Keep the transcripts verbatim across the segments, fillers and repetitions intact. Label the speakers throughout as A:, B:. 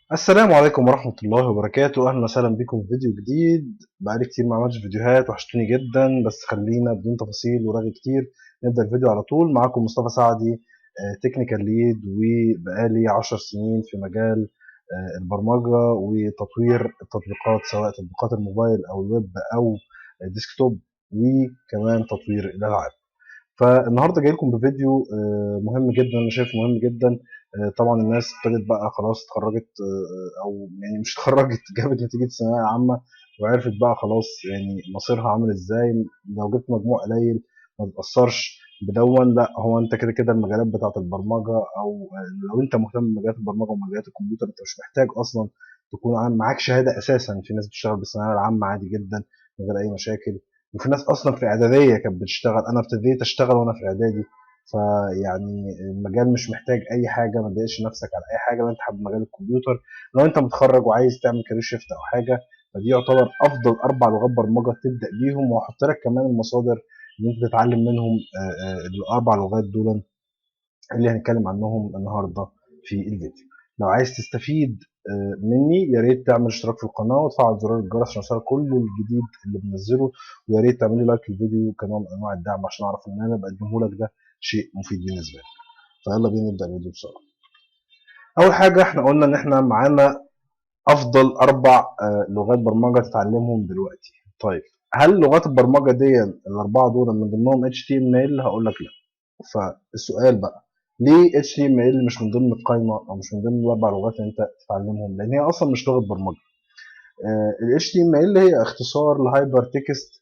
A: السلام عليكم ورحمة الله وبركاته. أهلا وسهلا بكم في فيديو جديد. بقالي كتير ما عملتش فيديوهات، وحشتوني جدا، بس خلينا بدون تفاصيل ورغي كتير نبدأ الفيديو على طول. معاكم مصطفى سعدي، تكنيكال ليد، وبقالي عشر سنين في مجال آه، البرمجة وتطوير التطبيقات، سواء تطبيقات الموبايل أو الويب أو الديسكتوب، وكمان تطوير الألعاب. فالنهارده جاي لكم بفيديو آه، مهم جدا، انا شايفه مهم جدا. آه، طبعا الناس ابتدت بقى خلاص اتخرجت، آه، او يعني مش اتخرجت جابت نتيجه ثانويه عامه وعرفت بقى خلاص يعني مصيرها عامل ازاي. لو جبت مجموع قليل ما تتاثرش بدون، لا هو انت كده كده المجالات بتاعه البرمجه، او آه، لو انت مهتم بمجالات البرمجه ومجالات الكمبيوتر انت مش محتاج اصلا تكون عام- معاك شهاده اساسا. في ناس بتشتغل بالثانويه العامه عادي جدا من غير اي مشاكل، وفي ناس اصلا في اعداديه كانت بتشتغل. انا ابتديت اشتغل وانا في اعدادي. فيعني المجال مش محتاج اي حاجه، ما تضايقش نفسك على اي حاجه لو انت حابب مجال الكمبيوتر. لو انت متخرج وعايز تعمل كارير شيفت او حاجه، فدي يعتبر افضل اربع لغات برمجه تبدا بيهم. وهحط لك كمان المصادر اللي انت تتعلم منهم آه، آه، الاربع لغات دول اللي هنتكلم عنهم النهارده في الفيديو. لو عايز تستفيد آه، مني، يا ريت تعمل اشتراك في القناه وتفعل زرار الجرس عشان يوصلك كل الجديد اللي بنزله. ويا ريت تعمل لي لايك للفيديو كنوع من انواع الدعم عشان اعرف ان انا بقدمه لك ده شيء مفيد بالنسبه لك. فيلا بينا نبدا الفيديو بسرعه. اول حاجه احنا قلنا ان احنا معانا افضل اربع آه، لغات برمجه تتعلمهم دلوقتي. طيب، هل لغات البرمجه دي الاربعه دول من ضمنهم اتش تي ام ال؟ هقول لك لا. فالسؤال بقى، ليه اتش تي ام ال مش من ضمن القائمه او مش من ضمن الاربع لغات اللي انت تتعلمهم؟ لان هي اصلا مش لغه برمجه. ال اتش تي ام ال هي اختصار لهايبر تكست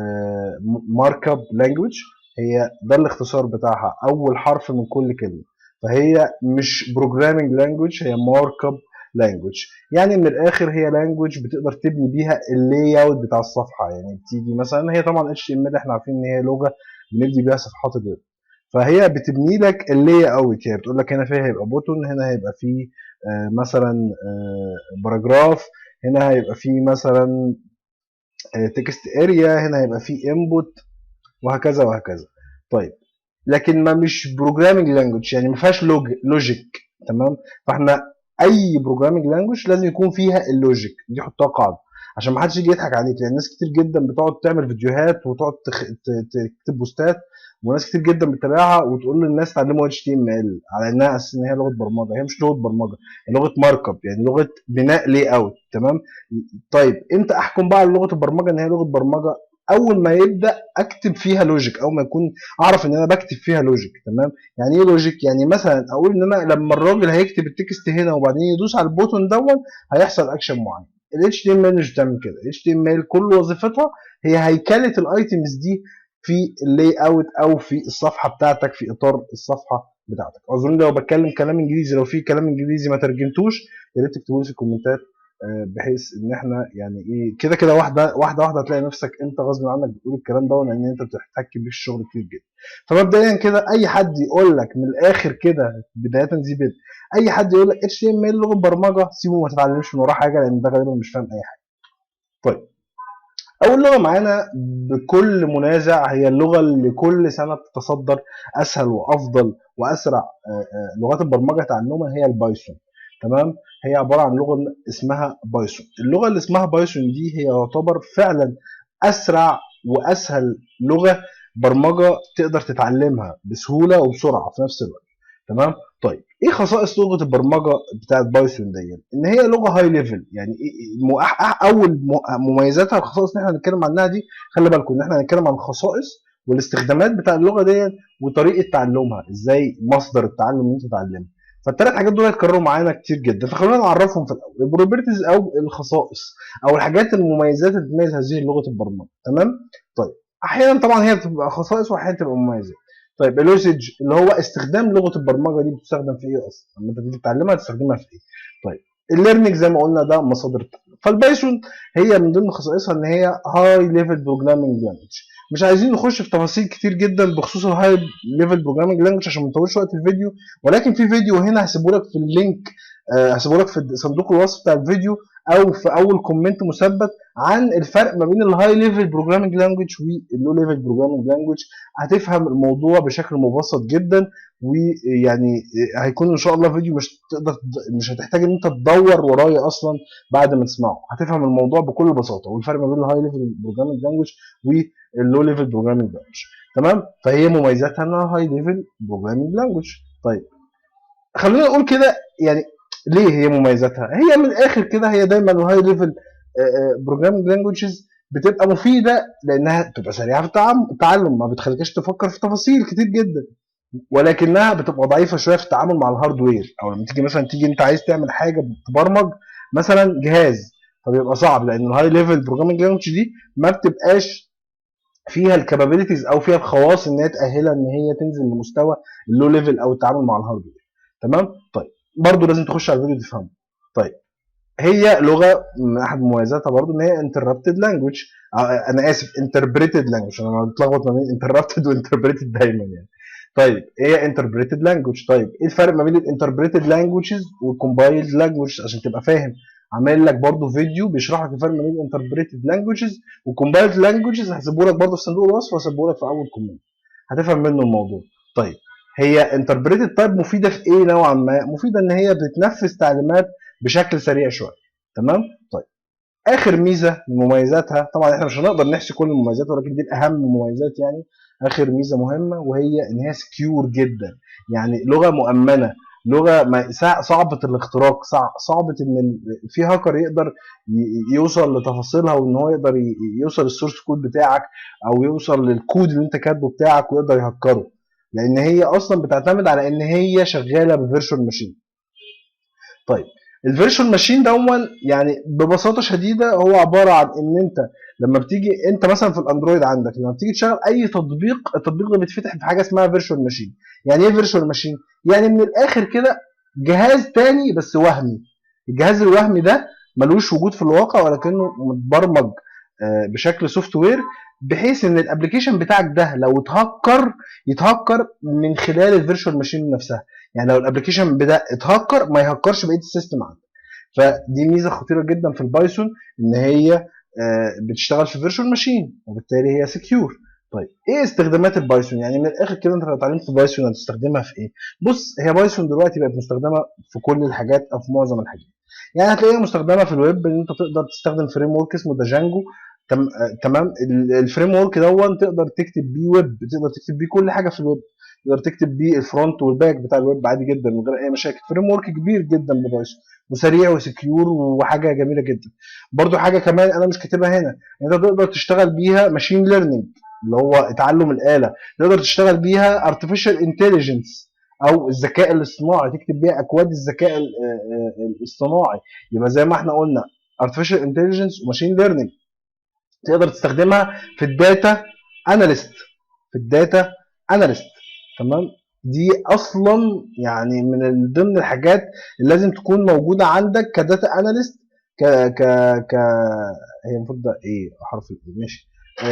A: مارك اب لانجويج. هي ده الاختصار بتاعها، اول حرف من كل كلمه. فهي مش بروجرامنج لانجويج، هي مارك اب لانجويج. يعني من الاخر هي لانجويج بتقدر تبني بيها اللاي اوت بتاع الصفحه. يعني بتيجي مثلا، هي طبعا اتش تي ام ال احنا عارفين ان هي لغه بنبني بيها صفحات الويب. فهي بتبني لك اللاي اوت، يعني بتقول لك هنا فيها هيبقى بوتون، هنا هيبقى فيه آه، مثلا باراجراف، هنا هيبقى فيه مثلا تكست اريا، هنا هيبقى فيه انبوت، وهكذا وهكذا. طيب، لكن ما مش بروجرامنج لانجوج، يعني ما فيهاش لوجيك. تمام. فاحنا اي بروجرامنج لانجوج لازم يكون فيها اللوجيك دي، حطها قاعده عشان ما حدش يجي يضحك عليك. لان ناس كتير جدا بتقعد تعمل فيديوهات وتقعد تخ... ت- تكتب بوستات، وناس كتير جدا بتتابعها وتقول للناس اتعلموا اتش تي ام ال على انها اساس ان هي لغه برمجه. هي مش لغه برمجه، هي لغه مارك اب، يعني لغه بناء لي اوت. تمام. طيب، امتى احكم بقى على لغه البرمجه ان هي لغه برمجه؟ اول ما يبدا اكتب فيها لوجيك، اول ما يكون اعرف ان انا بكتب فيها لوجيك. تمام. يعني ايه لوجيك؟ يعني مثلا اقول ان انا لما الراجل هيكتب التكست هنا وبعدين يدوس على البوتون دون هيحصل اكشن معين. ال اتش تي ام ال مش بتعمل كده. ال اتش تي ام ال كل وظيفتها هي هيكله الايتمز دي في اللاي اوت او في الصفحه بتاعتك، في اطار الصفحه بتاعتك. اظن لو بتكلم كلام انجليزي، لو في كلام انجليزي ما ترجمتوش، يا ريت تكتبوا لي في الكومنتات، آه، بحيث ان احنا يعني ايه كده كده واحده واحده واحده هتلاقي نفسك انت غصب عنك بتقول الكلام ده، لان انت بتحتك بيه في الشغل كتير جدا. فمبدئيا كده اي حد يقول لك من الاخر كده بدايه زي بدء، اي حد يقول لك اتش تي ام ال لغه برمجه، سيبه ما تتعلمش من وراه حاجه، لان ده غالبا مش فاهم اي حاجه. طيب، اول لغه معانا بكل منازع هي اللغه اللي كل سنه بتتصدر اسهل وافضل واسرع آه، آه، لغات البرمجه تعلمها، هي البايثون. تمام. هي عباره عن لغه اسمها بايثون. اللغه اللي اسمها بايثون دي هي يعتبر فعلا اسرع واسهل لغه برمجه تقدر تتعلمها بسهوله وبسرعه في نفس الوقت. تمام. طيب، ايه خصائص لغه البرمجه بتاعت بايثون دي؟ ان هي لغه هاي ليفل. يعني إيه مو- أح- أح- اول م- مميزاتها والخصائص اللي احنا هنتكلم عنها دي، خلي بالكم ان احنا هنتكلم عن الخصائص والاستخدامات بتاع اللغه دي وطريقه تعلمها ازاي، مصدر التعلم اللي انت تتعلمه. فالثلاث حاجات دول هيتكرروا معانا كتير جدا، فخلونا نعرفهم في الاول. البروبرتيز او الخصائص او الحاجات المميزات اللي بتميز هذه لغه البرمجه. تمام. طيب، احيانا طبعا هي بتبقى خصائص واحيانا تبقى مميزات. طيب، اليوسج اللي هو استخدام لغه البرمجه دي بتستخدم في ايه اصلا؟ لما انت تيجي تتعلمها تستخدمها في ايه؟ طيب، الليرنينج زي ما قلنا ده مصادر التعلم. فالبايثون هي من ضمن خصائصها ان هي هاي ليفل بروجرامنج لانجوج. مش عايزين نخش في تفاصيل كتير جدا بخصوص الهاي ليفل بروجرامنج لانجوج عشان ما نطولش وقت الفيديو، ولكن في فيديو هنا هسيبه لك في اللينك، آه، هسيبه لك في صندوق الوصف بتاع الفيديو، او في اول كومنت مثبت عن الفرق ما بين الهاي ليفل بروجرامنج لانجويج واللو ليفل بروجرامنج لانجويج. هتفهم الموضوع بشكل مبسط جدا، ويعني هيكون ان شاء الله فيديو مش تقدر مش هتحتاج ان انت تدور ورايا اصلا بعد ما تسمعه، هتفهم الموضوع بكل بساطه، والفرق ما بين الهاي ليفل بروجرامنج لانجويج واللو ليفل بروجرامنج لانجويج. تمام. فهي مميزاتها انها هاي ليفل بروجرامنج لانجويج. طيب خلينا نقول كده يعني ليه هي مميزاتها. هي من الاخر كده هي دايما الهاي ليفل بروجرامنج لانجويجز بتبقى مفيده لانها بتبقى سريعه في التعلم، ما بتخليكش تفكر في تفاصيل كتير جدا، ولكنها بتبقى ضعيفه شويه في التعامل مع الهاردوير. او لما تيجي مثلا تيجي انت عايز تعمل حاجه تبرمج مثلا جهاز، فبيبقى صعب لان الهاي ليفل بروجرامنج لانجويج دي ما بتبقاش فيها الكابابيلتيز او فيها الخواص ان هي تاهلها ان هي تنزل لمستوى اللو ليفل او التعامل مع الهاردوير. تمام. طيب برضو لازم تخش على الفيديو تفهمه. طيب هي لغه من احد مميزاتها برضو ان هي انتربتد لانجويج، انا اسف انتربريتد لانجويج، انا بتلخبط ما بين انتربتد وانتربريتد دايما يعني. طيب هي انتربريتد لانجويج. طيب ايه الفرق ما بين الانتربريتد لانجويجز والكومبايلد لانجويج عشان تبقى فاهم؟ عامل لك برضو فيديو بيشرح لك الفرق ما بين الانتربريتد لانجويجز وكومبايلد لانجويجز، هسيبه لك برضو في صندوق الوصف وهسيبه لك في اول كومنت، هتفهم منه الموضوع. طيب هي انتربريتد طيب مفيده في ايه؟ نوعا ما مفيده ان هي بتنفذ تعليمات بشكل سريع شويه. تمام. طيب اخر ميزه من مميزاتها، طبعا احنا مش هنقدر نحصي كل المميزات ولكن دي الاهم مميزات يعني. اخر ميزه مهمه وهي ان هي سكيور جدا، يعني لغه مؤمنه، لغه ما صعبه الاختراق، صعبه ان في هاكر يقدر يوصل لتفاصيلها، وان هو يقدر يوصل للسورس كود بتاعك او يوصل للكود اللي انت كاتبه بتاعك ويقدر يهكره، لان هي اصلا بتعتمد على ان هي شغاله بفيرشوال ماشين. طيب الفيرشوال ماشين دون يعني ببساطه شديده هو عباره عن ان انت لما بتيجي انت مثلا في الاندرويد عندك لما بتيجي تشغل اي تطبيق، التطبيق ده بيتفتح في حاجه اسمها فيرشوال ماشين. يعني ايه فيرشوال ماشين؟ يعني من الاخر كده جهاز تاني بس وهمي. الجهاز الوهمي ده ملوش وجود في الواقع ولكنه متبرمج بشكل سوفت وير، بحيث ان الابلكيشن بتاعك ده لو اتهكر يتهكر من خلال الفيرشوال ماشين نفسها. يعني لو الابلكيشن بدا اتهكر ما يهكرش بقيه السيستم عندك. فدي ميزه خطيره جدا في البايثون ان هي بتشتغل في فيرشوال ماشين وبالتالي هي سكيور. طيب ايه استخدامات البايثون؟ يعني من الاخر كده انت لو اتعلمت بايثون هتستخدمها في ايه؟ بص هي بايثون دلوقتي بقت مستخدمه في كل الحاجات او في معظم الحاجات. يعني هتلاقيها مستخدمه في الويب ان انت تقدر تستخدم فريم ورك اسمه داجانجو. تم... تمام. الفريم ورك دون تقدر تكتب بيه ويب، تقدر تكتب بيه كل حاجه في الويب، تقدر تكتب بيه الفرونت والباك بتاع الويب عادي جدا من غير اي مشاكل. فريم ورك كبير جدا ببايثون وسريع وسكيور وحاجه جميله جدا. برضو حاجه كمان انا مش كاتبها هنا، انت تقدر تشتغل بيها ماشين ليرنينج اللي هو تعلم الاله، تقدر تشتغل بيها ارتفيشال انتليجنس او الذكاء الاصطناعي، تكتب بيها اكواد الذكاء الاصطناعي. يبقى زي ما احنا قلنا artificial intelligence وماشين ليرنينج. تقدر تستخدمها في الداتا اناليست، في الداتا اناليست. تمام. دي اصلا يعني من ضمن الحاجات اللي لازم تكون موجوده عندك كداتا اناليست، ك ك ك هي المفروض ده ايه حرف الايه ماشي.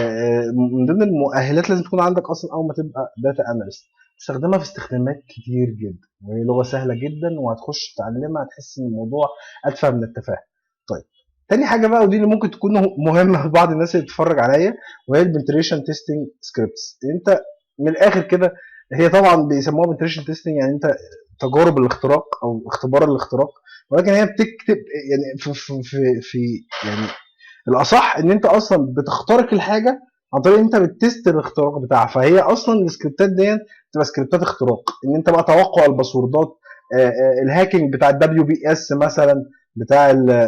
A: من ضمن المؤهلات لازم تكون عندك اصلا اول ما تبقى داتا اناليست. تستخدمها في استخدامات كتير جدا وهي لغه سهله جدا وهتخش تعلمها تحس ان الموضوع ادفع من التفاهه. طيب تاني حاجه بقى ودي اللي ممكن تكون مهمه لبعض الناس اللي بتتفرج عليا، وهي البنتريشن تيستنج سكريبتس. انت من الاخر كده هي طبعا بيسموها بنتريشن تيستنج يعني انت تجارب الاختراق او اختبار الاختراق، ولكن هي بتكتب يعني في في في, في يعني الاصح ان انت اصلا بتخترق الحاجه عن طريق انت بتست الاختراق بتاعها. فهي اصلا السكريبتات دي بتبقى سكريبتات اختراق، ان انت بقى توقع الباسوردات، الهاكينج بتاع الدبليو بي اس مثلا بتاع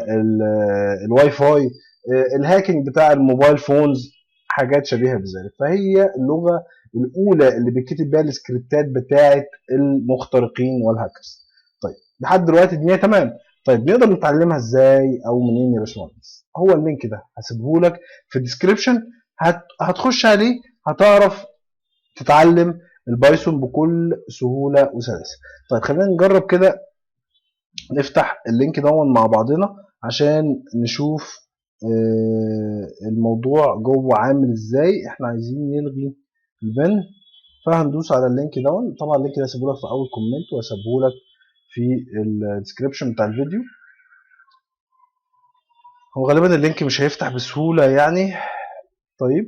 A: الواي فاي، الهاكينج بتاع الموبايل فونز، حاجات شبيهه بذلك. فهي اللغه الاولى اللي بيتكتب بيها السكريبتات بتاعه المخترقين والهاكرز. طيب لحد دلوقتي الدنيا تمام. طيب نقدر نتعلمها ازاي او منين يا باشمهندس؟ هو اللينك ده هسيبه لك في الديسكربشن، هت... هتخش عليه هتعرف تتعلم البايثون بكل سهوله وسلاسه. طيب خلينا نجرب كده نفتح اللينك دون مع بعضنا عشان نشوف الموضوع جوه عامل ازاي. احنا عايزين نلغي البن، فهندوس على اللينك دون. طبعا اللينك ده هسيبه لك في اول كومنت وهسيبه لك في الديسكربشن بتاع الفيديو. هو غالبا اللينك مش هيفتح بسهوله يعني. طيب،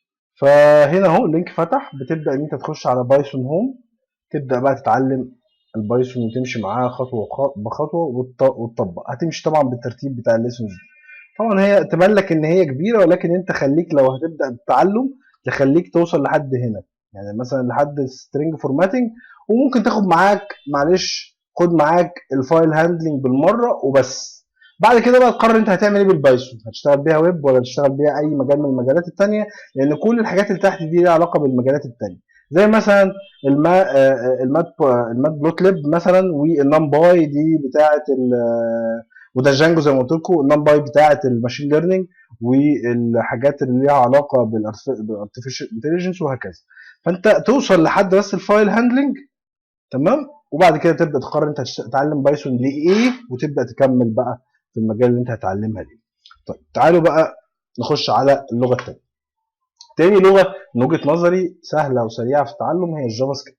A: فهنا اهو اللينك فتح، بتبدا ان انت تخش على بايثون هوم، تبدا بقى تتعلم البايثون وتمشي معاها خطوه وخ- بخطوه وتط- وتطبق. هتمشي طبعا بالترتيب بتاع الليسونز. طبعا هي تبان لك ان هي كبيره، ولكن انت خليك لو هتبدا التعلم تخليك توصل لحد هنا، يعني مثلا لحد string formatting. وممكن تاخد معاك، معلش خد معاك الفايل هاندلنج بالمره وبس. بعد كده بقى تقرر انت هتعمل ايه بالبايثون، هتشتغل بيها ويب ولا تشتغل بيها اي مجال من المجالات التانية، لان كل الحاجات اللي تحت دي ليها علاقه بالمجالات التانية. زي مثلا الما آه، آه، المات المات بلوت ليب مثلا، والنمباي دي بتاعه ال آه، وده جانجو زي ما قلت لكم، النمباي بتاعه الماشين ليرنينج، والحاجات اللي ليها علاقه بالارتفيشال انتليجنس وهكذا. فانت توصل لحد بس الفايل هاندلنج، تمام، وبعد كده تبدا تقرر انت هتتعلم بايثون لايه، وتبدا تكمل بقى في المجال اللي انت هتعلمها دي. طيب تعالوا بقى نخش على اللغه الثانيه. تاني لغه من وجهه نظري سهله وسريعه في التعلم هي الجافا سكريبت.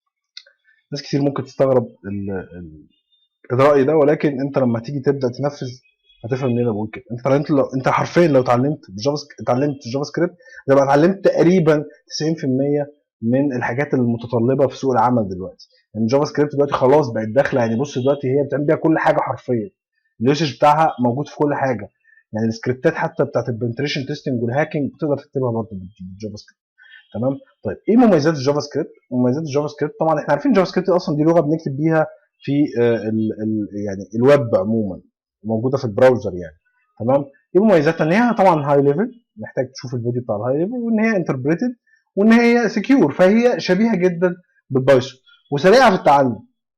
A: ناس كتير ممكن تستغرب ال- ال- الرأي ده، ولكن انت لما تيجي تبدا تنفذ هتفهم ليه انا بقول كده. انت انت لو انت حرفيا لو اتعلمت بالجافا سك- اتعلمت جافا سكريبت، هتبقى اتعلمت تقريبا تسعين في المية من الحاجات المتطلبه في سوق العمل دلوقتي. يعني الجافا سكريبت دلوقتي خلاص بقت داخله، يعني بص دلوقتي هي بتعمل بيها كل حاجه حرفيا. اليوسج بتاعها موجود في كل حاجه. يعني السكريبتات حتى بتاعت البنتريشن تيستنج والهاكينج بتقدر تكتبها برضه بالجافا سكريبت. تمام. طيب ايه مميزات الجافا سكريبت؟ مميزات الجافا سكريبت طبعا احنا عارفين الجافا سكريبت اصلا دي لغه بنكتب بيها في آه، ال ال يعني الويب عموما، موجوده في البراوزر يعني. تمام. ايه مميزاتها؟ ان هي طبعا هاي ليفل، محتاج تشوف الفيديو بتاع الهاي ليفل، وان هي انتربريتد، وان هي سكيور، فهي شبيهه جدا بالبايثون، وسريعه في التعلم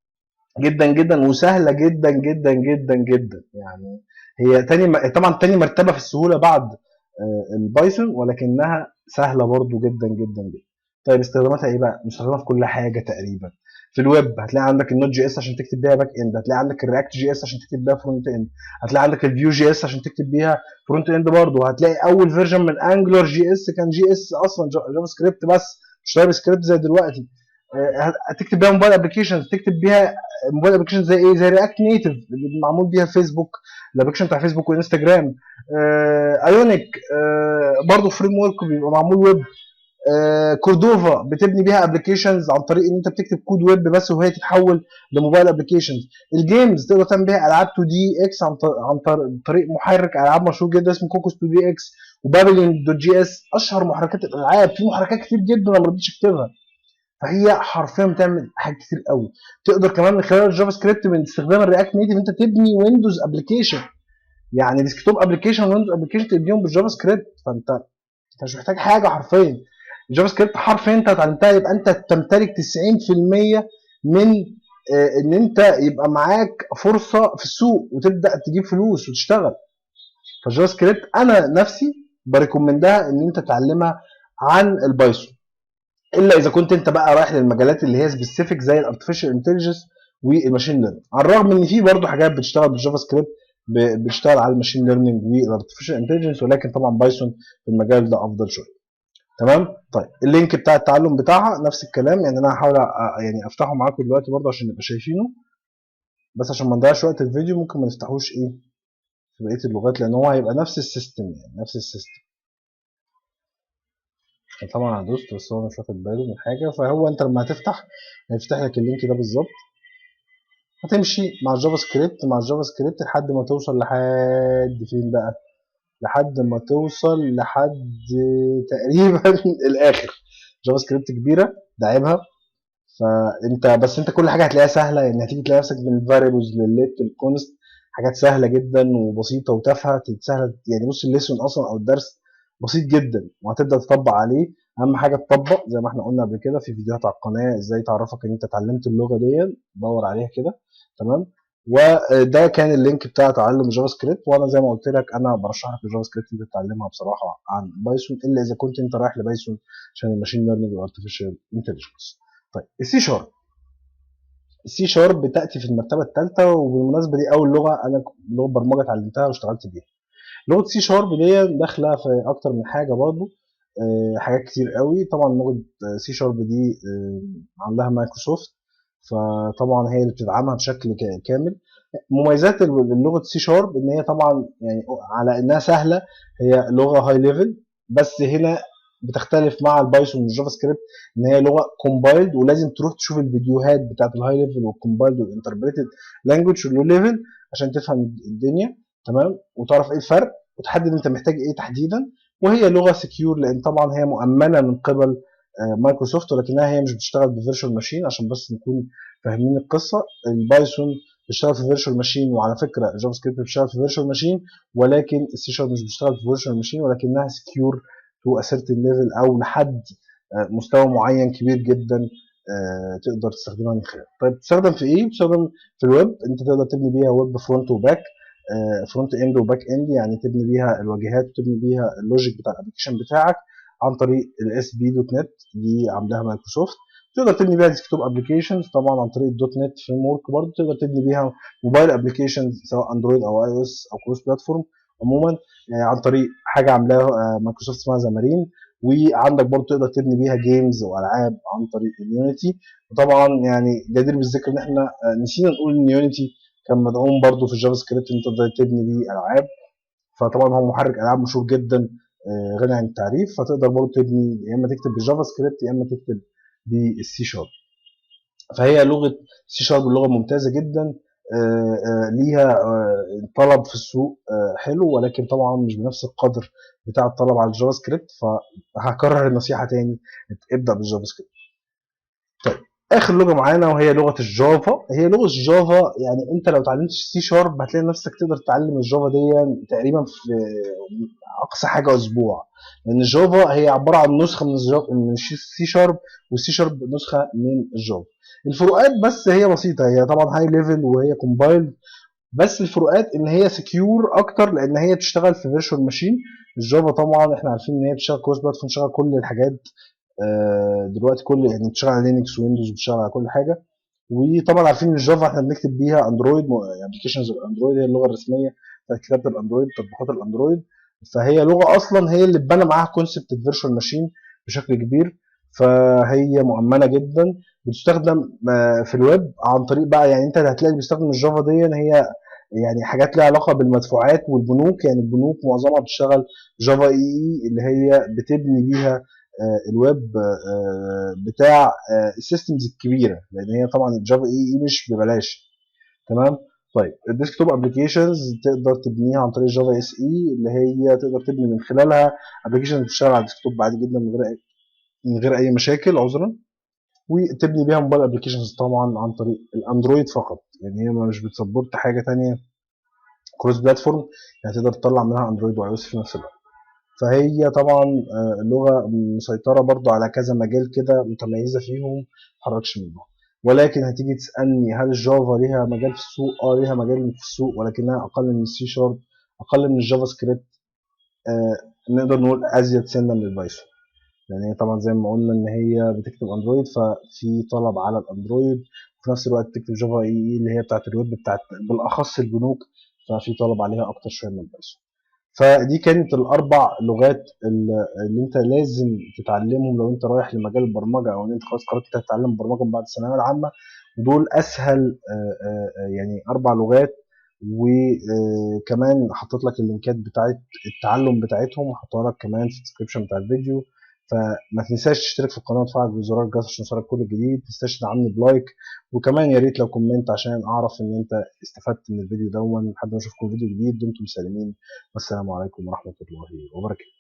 A: جدا جدا، وسهله جدا جدا جدا جدا يعني. هي تاني م- طبعا تاني مرتبه في السهوله بعد آه، البايثون، ولكنها سهله برضو جدا جدا جدا. طيب استخداماتها ايه بقى؟ مستخدمه في كل حاجه تقريبا. في الويب هتلاقي عندك النوت جي اس عشان تكتب بيها باك اند، هتلاقي عندك الرياكت جي اس عشان تكتب بيها فرونت اند، هتلاقي عندك الفيو جي اس عشان تكتب بيها فرونت اند برضه، هتلاقي اول فيرجن من انجلر جي اس كان جي اس اصلا جا- جافا سكريبت بس، مش تايب سكريبت زي دلوقتي. آه، هتكتب بيها موبايل ابلكيشنز، تكتب بيها موبايل ابلكيشن زي ايه؟ زي رياكت نيتف اللي معمول بيها فيسبوك، الابلكيشن بتاع فيسبوك وانستجرام. آه ايونيك آه برضه فريم ورك بيبقى معمول ويب. آه كوردوفا بتبني بيها ابلكيشنز عن طريق ان انت بتكتب كود ويب بس وهي تتحول لموبايل ابلكيشنز. الجيمز تقدر تعمل بيها العاب تو دي اكس عن طر- عن طر- طريق محرك العاب مشهور جدا اسمه كوكوس تو دي اكس، وبابلين دوت جي اس اشهر محركات الالعاب. في محركات كتير جدا انا ما رضيتش اكتبها. فهي حرفيا بتعمل حاجات كتير قوي. تقدر كمان من خلال الجافا سكريبت من استخدام الرياكت نيتف انت تبني ويندوز ابلكيشن، يعني ديسكتوب ابلكيشن ويندوز ابلكيشن تبنيهم بالجافا سكريبت. فانت انت مش محتاج حاجه حرفيا. الجافا سكريبت حرفيا انت اتعلمتها يبقى انت تمتلك تسعين في المية من آه، ان انت يبقى معاك فرصه في السوق وتبدا تجيب فلوس وتشتغل. فالجافا سكريبت انا نفسي بريكومندها ان انت تتعلمها عن البايثون، الا اذا كنت انت بقى رايح للمجالات اللي هي سبيسيفيك زي الارتفيشال انتليجنس والماشين ليرنينج. على الرغم ان في برضه حاجات بتشتغل بالجافا سكريبت ب- بتشتغل على الماشين ليرنينج والارتفيشال انتليجنس، ولكن طبعا بايثون في المجال ده افضل شويه. تمام. طيب اللينك بتاع التعلم بتاعها نفس الكلام، يعني انا هحاول أ- يعني افتحه معاكم دلوقتي برضه عشان نبقى شايفينه، بس عشان ما نضيعش وقت الفيديو ممكن ما نفتحوش ايه في بقيه اللغات، لان هو هيبقى نفس السيستم، يعني نفس السيستم. طبعا انا دوست بس هو مش واخد باله من حاجه. فهو انت لما هتفتح هيفتح لك اللينك ده بالظبط، هتمشي مع الجافا سكريبت مع الجافا سكريبت لحد ما توصل لحد فين بقى؟ لحد ما توصل لحد تقريبا الاخر. جافا سكريبت كبيره ده عيبها. فانت بس انت كل حاجه هتلاقيها سهله، يعني هتيجي تلاقي نفسك من الفاريبلز للليت للكونست، حاجات سهله جدا وبسيطه وتافهه تتسهل. يعني بص الليسون اصلا او الدرس بسيط جدا وهتبدا تطبق عليه. اهم حاجه تطبق زي ما احنا قلنا قبل كده في فيديوهات على القناه ازاي تعرفك ان انت اتعلمت اللغه دي، دور عليها كده. تمام. وده كان اللينك بتاع تعلم جافا سكريبت. وانا زي ما قلت لك انا برشح لك الجافا سكريبت انت تتعلمها بصراحه عن بايثون، الا اذا كنت انت رايح لبايثون عشان الماشين ليرنينج والارتفيشال انتليجنس. طيب السي شارب. السي شارب بتاتي في المرتبه الثالثه، وبالمناسبه دي اول لغه انا لغه برمجه اتعلمتها واشتغلت بيها. لغه سي شارب دي داخله في اكتر من حاجه برضو، آه، حاجات كتير قوي. طبعا لغه سي شارب دي آه، عاملاها مايكروسوفت، فطبعا هي اللي بتدعمها بشكل كامل. مميزات اللغه سي شارب ان هي طبعا يعني على انها سهله، هي لغه هاي ليفل، بس هنا بتختلف مع البايثون والجافا سكريبت ان هي لغه كومبايلد، ولازم تروح تشوف الفيديوهات بتاعت الهاي ليفل والكومبايلد والانتربريتد لانجوج واللو ليفل عشان تفهم الدنيا تمام، وتعرف ايه الفرق وتحدد انت محتاج ايه تحديدا. وهي لغه سكيور لان طبعا هي مؤمنه من قبل مايكروسوفت، ولكنها هي مش بتشتغل بفيرشوال ماشين عشان بس نكون فاهمين القصه. البايثون بتشتغل في فيرشوال ماشين، وعلى فكره الجافا سكريبت بتشتغل في فيرشوال ماشين، ولكن السي شارب مش بتشتغل في فيرشوال ماشين، ولكنها سكيور تو اسيرتن ليفل او لحد مستوى معين كبير جدا تقدر تستخدمها من خلاله. طيب بتستخدم في ايه؟ بتستخدم في الويب، انت تقدر تبني بيها ويب فرونت وباك، فرونت اند وباك اند، يعني تبني بيها الواجهات وتبني بيها اللوجيك بتاع الابلكيشن بتاعك عن طريق الاس بي دوت نت، دي عاملاها مايكروسوفت. تقدر تبني بيها ديسكتوب ابلكيشنز طبعا عن طريق الدوت نت فريم ورك، برضه تقدر تبني بيها موبايل ابلكيشنز سواء اندرويد او اي او اس او كروس بلاتفورم عموما، يعني عن طريق حاجه عاملاها مايكروسوفت اسمها زمارين. وعندك برضه تقدر تبني بيها جيمز والعاب عن طريق اليونيتي. وطبعا يعني جدير بالذكر ان احنا نسينا نقول ان يونيتي كان مدعوم برضه في الجافا سكريبت ان تقدر تبني بيه العاب، فطبعا هو محرك العاب مشهور جدا غني عن التعريف، فتقدر برضه تبني يا اما تكتب بالجافا سكريبت يا اما تكتب بالسي شارب. فهي لغه سي شارب لغه ممتازه جدا، ليها طلب في السوق حلو، ولكن طبعا مش بنفس القدر بتاع الطلب على الجافا سكريبت، فهكرر النصيحه تاني، ابدا بالجافا سكريبت. طيب اخر لغه معانا وهي لغه الجافا. هي لغه الجافا يعني انت لو اتعلمت سي شارب هتلاقي نفسك تقدر تتعلم الجافا دي تقريبا في اقصى حاجه اسبوع، لان الجافا هي عباره عن نسخه من من السي شارب، والسي شارب نسخه من الجافا. الفروقات بس هي بسيطه، هي طبعا هاي ليفل وهي كومبايلد، بس الفروقات ان هي سكيور اكتر لان هي بتشتغل في فيرتشوال ماشين. الجافا طبعا احنا عارفين ان هي بتشتغل كروس بلاتفورم، بتشتغل كل الحاجات دلوقتي، كل يعني بتشتغل على لينكس ويندوز، بتشتغل على كل حاجه. وطبعا عارفين ان الجافا احنا بنكتب بيها اندرويد ابلكيشنز الاندرويد، هي اللغه الرسميه بتاعت كتابه الاندرويد، تطبيقات الاندرويد. فهي لغه اصلا هي اللي اتبنى معاها كونسبت الفيرتشوال ماشين بشكل كبير، فهي مؤمنه جدا. بتستخدم في الويب عن طريق بقى، يعني انت هتلاقي اللي بيستخدم الجافا دي هي يعني حاجات لها علاقه بالمدفوعات والبنوك، يعني البنوك معظمها بتشتغل جافا اي اي اللي هي بتبني بيها الويب بتاع السيستمز الكبيره، لان هي طبعا الجافا اي اي مش ببلاش تمام. طيب الديسكتوب ابلكيشنز تقدر تبنيها عن طريق جافا اس اي اللي هي تقدر تبني من خلالها ابلكيشنز بتشتغل على الديسكتوب عادي جدا من غير من غير اي مشاكل عذرا. وتبني بيها موبايل ابلكيشنز طبعا عن طريق الاندرويد فقط، يعني هي مش بتسبورت حاجه ثانيه كروس بلاتفورم، يعني تقدر تطلع منها اندرويد واي او اس في نفس الوقت. فهي طبعا لغه مسيطره برضو على كذا مجال كده متميزه فيهم متحركش منهم. ولكن هتيجي تسالني هل الجافا ليها مجال في السوق؟ اه ليها مجال في السوق، ولكنها اقل من السي شارب، اقل من الجافا سكريبت، آه نقدر نقول ازيد سنه من البايثون، لان يعني هي طبعا زي ما قلنا ان هي بتكتب اندرويد، ففي طلب على الاندرويد، وفي نفس الوقت تكتب جافا اي اي اللي هي بتاعت الويب بتاعت بالاخص البنوك، ففي طلب عليها اكتر شويه من البايثون. فدي كانت الاربع لغات اللي انت لازم تتعلمهم لو انت رايح لمجال البرمجه، او ان انت خلاص قررت تتعلم برمجه بعد الثانويه العامه. ودول اسهل يعني اربع لغات، وكمان حطيت لك اللينكات بتاعت التعلم بتاعتهم وحطها لك كمان في الديسكربشن بتاع الفيديو. فما تنساش تشترك في القناه وتفعل زرار الجرس عشان يوصلك كل جديد، ما تنساش تدعمني بلايك، وكمان يا ريت لو كومنت عشان اعرف ان انت استفدت من الفيديو ده. لحد ما اشوفكم فيديو جديد دمتم سالمين، والسلام عليكم ورحمه الله وبركاته.